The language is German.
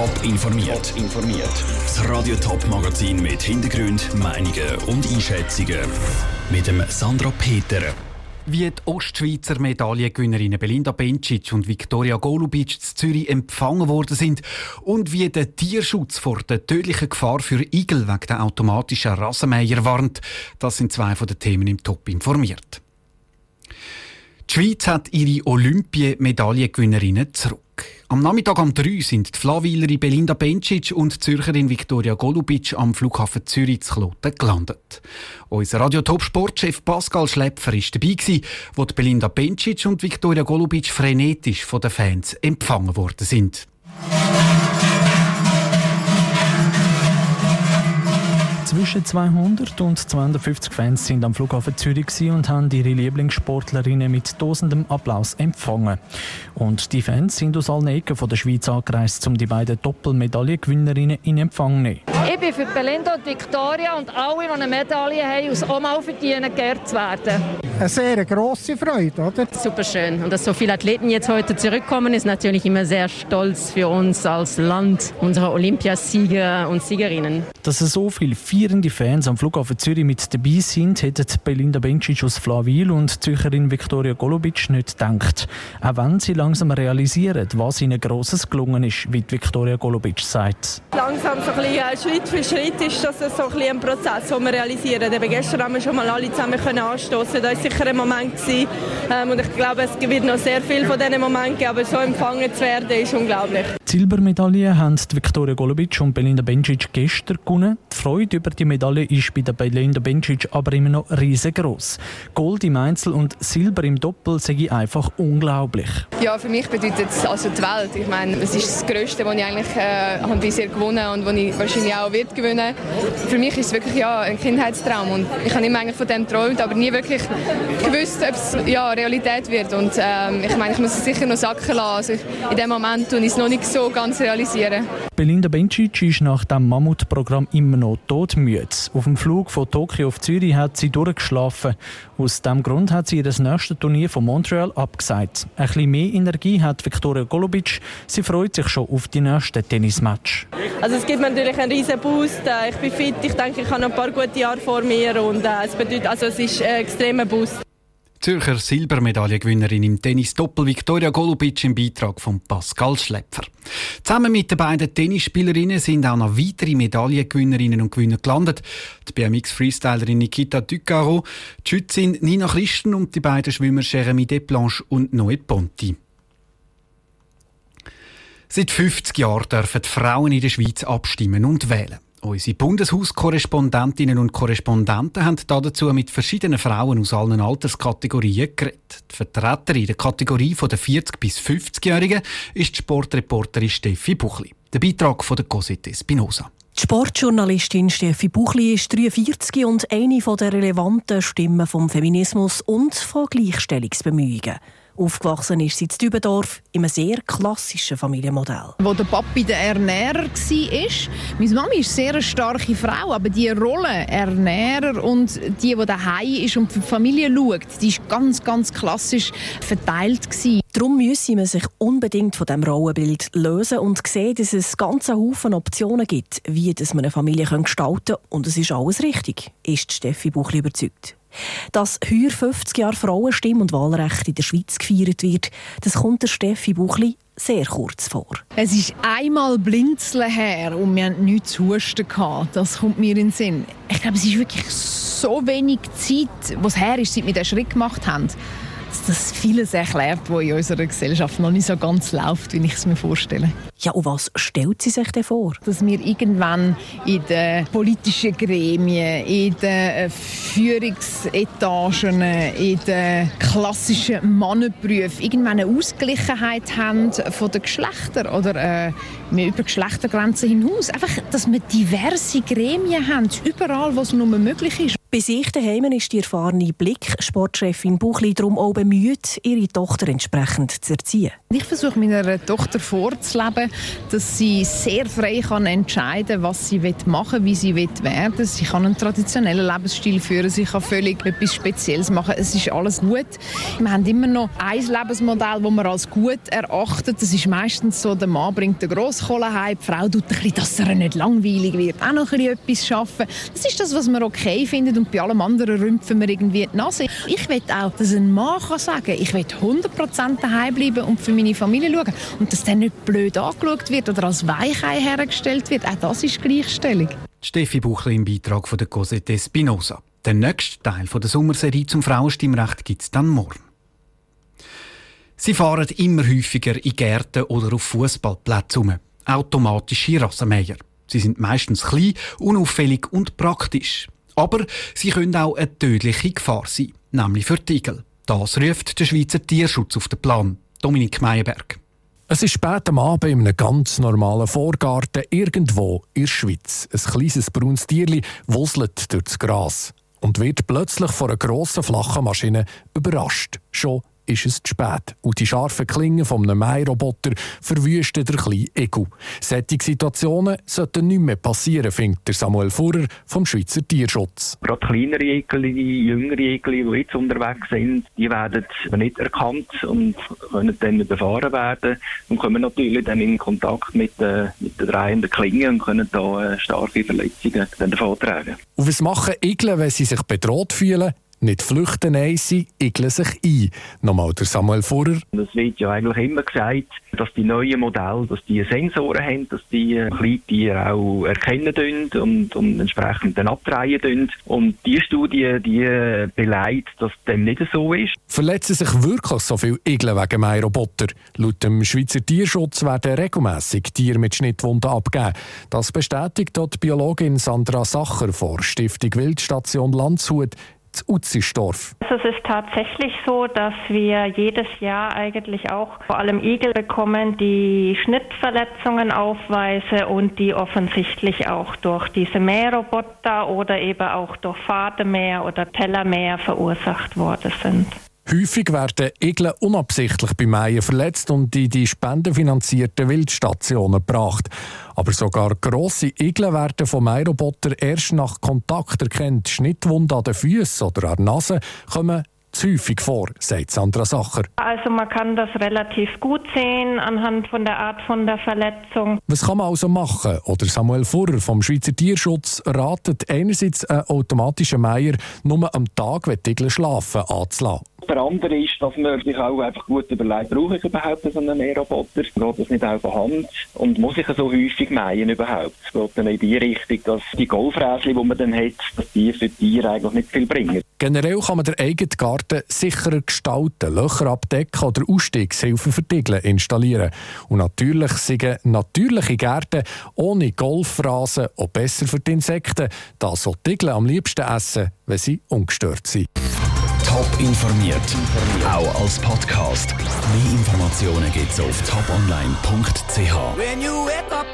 Top informiert. Das Radio Top Magazin mit Hintergrund, Meinungen und Einschätzungen mit dem Sandra Peter. Wie die Ostschweizer Medaillengewinnerinnen Belinda Bencic und Viktoria Golubic in Zürich empfangen worden sind und wie der Tierschutz vor der tödlichen Gefahr für Igel wegen der automatischen Rasenmäher warnt, das sind zwei von den Themen im Top informiert. Die Schweiz hat ihre Olympiamedaillengewinnerinnen zurück. Am Nachmittag um 3 sind die Flawillerin Belinda Bencic und die Zürcherin Viktoria Golubic am Flughafen Zürich zu Kloten gelandet. Unser Radio-Top-Sportchef Pascal Schläpfer war dabei, wo die Belinda Bencic und Viktoria Golubic frenetisch von den Fans empfangen worden sind. Zwischen 200 und 250 Fans sind am Flughafen Zürich und haben ihre Lieblingssportlerinnen mit tosendem Applaus empfangen. Und die Fans sind aus allen Ecken der Schweiz angereist, um die beiden Doppelmedaillengewinnerinnen in Empfang zu nehmen. Ich bin für Belinda und Viktoria und alle, die eine Medaille haben, aus auch mal verdienen, geehrt zu werden. Eine sehr grosse Freude, oder? Super schön. Und dass so viele Athleten jetzt heute zurückkommen, ist natürlich immer sehr stolz für uns als Land, unsere Olympiasieger und Siegerinnen. Dass so viele vierende Fans am Flughafen Zürich mit dabei sind, hätten Belinda Bencic aus Flawil und die Zürcherin Viktoria Golubic nicht gedacht. Auch wenn sie langsam realisieren, was ihnen Grosses gelungen ist, wie Viktoria Golubic sagt. Langsam so ein bisschen, Schritt für Schritt ist das so ein Prozess, den wir realisieren. Eben gestern haben wir schon mal alle zusammen anstoßen. Das war sicher ein Moment. Und ich glaube, es wird noch sehr viel von diesen Momenten geben, aber so empfangen zu werden, ist unglaublich. Die Silbermedaille haben Viktoria Golubic und Belinda Bencic gestern gewonnen. Die Freude über die Medaille ist bei der Belinda Bencic aber immer noch riesengroß. Gold im Einzel und Silber im Doppel sei einfach unglaublich. Ja, für mich bedeutet es also die Welt. Ich meine, es ist das Größte, was ich eigentlich bisher gewonnen habe und was ich wahrscheinlich auch wird gewinnen. Für mich ist es wirklich ein Kindheitstraum und ich habe immer eigentlich von dem geträumt, aber nie wirklich gewusst, ob es Realität wird. Und ich meine, ich muss es sicher noch sacken lassen. Also in dem Moment tue ich es noch nicht so ganz realisieren. Belinda Bencic ist nach dem Mammutprogramm immer noch todmüde. Auf dem Flug von Tokio auf Zürich hat sie durchgeschlafen. Aus diesem Grund hat sie ihr nächstes Turnier von Montreal abgesagt. Ein bisschen mehr Energie hat Viktoria Golubic. Sie freut sich schon auf die nächsten Tennismatch. Also es gibt mir natürlich einen riesen Boost. Ich bin fit, ich denke, ich habe noch ein paar gute Jahre vor mir und es ist ein extremer Boost. Zürcher Silbermedaillengewinnerin im Tennis-Doppel Viktoria Golubic im Beitrag von Pascal Schläpfer. Zusammen mit den beiden Tennisspielerinnen sind auch noch weitere Medaillengewinnerinnen und Gewinner gelandet. Die BMX-Freestylerin Nikita Ducaro, die Schützin Nina Christen und die beiden Schwimmer Jeremy Desplanches und Noé Ponti. Seit 50 Jahren dürfen die Frauen in der Schweiz abstimmen und wählen. Unsere Bundeshauskorrespondentinnen und Korrespondenten haben dazu mit verschiedenen Frauen aus allen Alterskategorien geredet. Die Vertreterin in der Kategorie der 40- bis 50-Jährigen ist die Sportreporterin Steffi Buchli. Der Beitrag von der Cosette Espinosa. Die Sportjournalistin Steffi Buchli ist 43 und eine der relevanten Stimmen vom Feminismus und von Gleichstellungsbemühungen. Aufgewachsen ist sie in Dübendorf in einem sehr klassischen Familienmodell. Wo der Papi der Ernährer war. Meine Mami ist eine sehr starke Frau, aber die Rolle Ernährer und die daheim ist und für die Familie schaut, die ist ganz, ganz klassisch verteilt gewesen. Darum müsse man sich unbedingt von diesem Rollenbild lösen und sehen, dass es ganze Haufen Optionen gibt, wie man eine Familie gestalten kann. Und es ist alles richtig, ist Steffi Buchli überzeugt. Dass heuer 50 Jahre Frauenstimme und Wahlrecht in der Schweiz gefeiert wird, das kommt der Steffi Buchli sehr kurz vor. Es ist einmal Blinzeln her und wir hatten nichts zu husten. Das kommt mir in den Sinn. Ich glaube, es ist wirklich so wenig Zeit, was her ist, seit wir diesen Schritt gemacht haben, dass das vieles erklärt, was in unserer Gesellschaft noch nicht so ganz läuft, wie ich es mir vorstelle. Ja, und was stellt sie sich denn vor? Dass wir irgendwann in den politischen Gremien, in den Führungsetagen, in den klassischen Mannenberufen irgendwann eine Ausgeglichenheit haben von den Geschlechtern oder wir über Geschlechtergrenzen hinaus. Einfach, dass wir diverse Gremien haben, überall, wo es nur möglich ist. Bei sich daheim ist die erfahrene Blick-Sportchefin Buchli darum auch bemüht, bemüht, ihre Tochter entsprechend zu erziehen. Ich versuche meiner Tochter vorzuleben, dass sie sehr frei entscheiden kann, was sie machen will, wie sie werden will. Sie kann einen traditionellen Lebensstil führen, sie kann völlig etwas Spezielles machen. Es ist alles gut. Wir haben immer noch ein Lebensmodell, das wir als gut erachten. Das ist meistens so, der Mann bringt den Grosskohle heim, die Frau tut ein bisschen, dass er nicht langweilig wird, auch noch ein bisschen etwas schaffen. Das ist das, was wir okay finden, und bei allem anderen rümpfen wir irgendwie die Nase. Ich will auch, dass ein Mann kann sagen, ich will 100% daheim bleiben und für meine Familie schauen. Und dass dann nicht blöd angeschaut wird oder als Weichei hergestellt wird. Auch das ist Gleichstellung. Steffi Buchli im Beitrag von der Cosette Espinosa. Den nächsten Teil der Sommerserie zum Frauenstimmrecht gibt es dann morgen. Sie fahren immer häufiger in Gärten oder auf Fußballplätzen um. Automatische Rasenmäher. Sie sind meistens klein, unauffällig und praktisch. Aber sie können auch eine tödliche Gefahr sein, nämlich für die Igel. Das ruft der Schweizer Tierschutz auf den Plan. Dominik Meyerberg. Es ist spät am Abend in einem ganz normalen Vorgarten irgendwo in der Schweiz. Ein kleines braunes Tierli wuselt durch das Gras und wird plötzlich von einer grossen, flachen Maschine überrascht. Schon ist es zu spät und die scharfen Klingen von einem Mähroboter verwüsten den kleinen Igel. Solche Situationen sollten nicht mehr passieren, findet Samuel Furrer vom Schweizer Tierschutz. Gerade kleinere Igel, jüngere Igel, die jetzt unterwegs sind, die werden nicht erkannt und können dann überfahren werden und kommen natürlich dann in Kontakt mit den drehenden Klingen und können da starke Verletzungen davontragen. Und was machen Igel, wenn sie sich bedroht fühlen? Nicht flüchten, nein, sie igeln sich ein. Nochmal der Samuel Furrer. Es wird ja eigentlich immer gesagt, dass die neuen Modelle, dass die Sensoren haben, dass die Kleintiere auch erkennen und entsprechend dann abdrehen. Und die Studie, die beleidigt, dass dem nicht so ist. Verletzen sich wirklich so viele Igel wegen Mähroboter? Laut dem Schweizer Tierschutz werden regelmässig Tiere mit Schnittwunden abgegeben. Das bestätigt die Biologin Sandra Sacher von Stiftung Wildstation Landshut. Utzisdorf. Also es ist tatsächlich so, dass wir jedes Jahr eigentlich auch vor allem Igel bekommen, die Schnittverletzungen aufweisen und die offensichtlich auch durch diese Mähroboter oder eben auch durch Fademäher oder Tellermäher verursacht worden sind. Häufig werden Igel unabsichtlich beim Mähen verletzt und in die spendenfinanzierten Wildstationen gebracht. Aber sogar grosse Igel werden von Mährobotern erst nach Kontakt erkannt. Schnittwunden an den Füßen oder an der Nase kommen zu häufig vor, sagt Sandra Sacher. Also man kann das relativ gut sehen anhand von der Art von der Verletzung. Was kann man also machen? Oder Samuel Furrer vom Schweizer Tierschutz ratet einerseits einen automatischen Mäher nur am Tag, wenn die Igel schlafen, anzulassen. Der andere ist, dass man sich auch einfach gut überlegt, brauche ich überhaupt so einen Mähroboter? Geht das nicht auch von Hand? Und muss ich so häufig mähen überhaupt? Es geht dann in die Richtung, dass die Golfräsli, die man dann hat, dass die für die Tiere eigentlich nicht viel bringen. Generell kann man den eigenen Garten sicherer gestalten, Löcher abdecken oder Ausstiegshilfen für die Igel installieren. Und natürlich sind natürliche Gärten ohne Golfrasen auch besser für die Insekten, da so die Igel am liebsten essen, wenn sie ungestört sind. Top informiert, auch als Podcast. Mehr Informationen gibt's auf toponline.ch.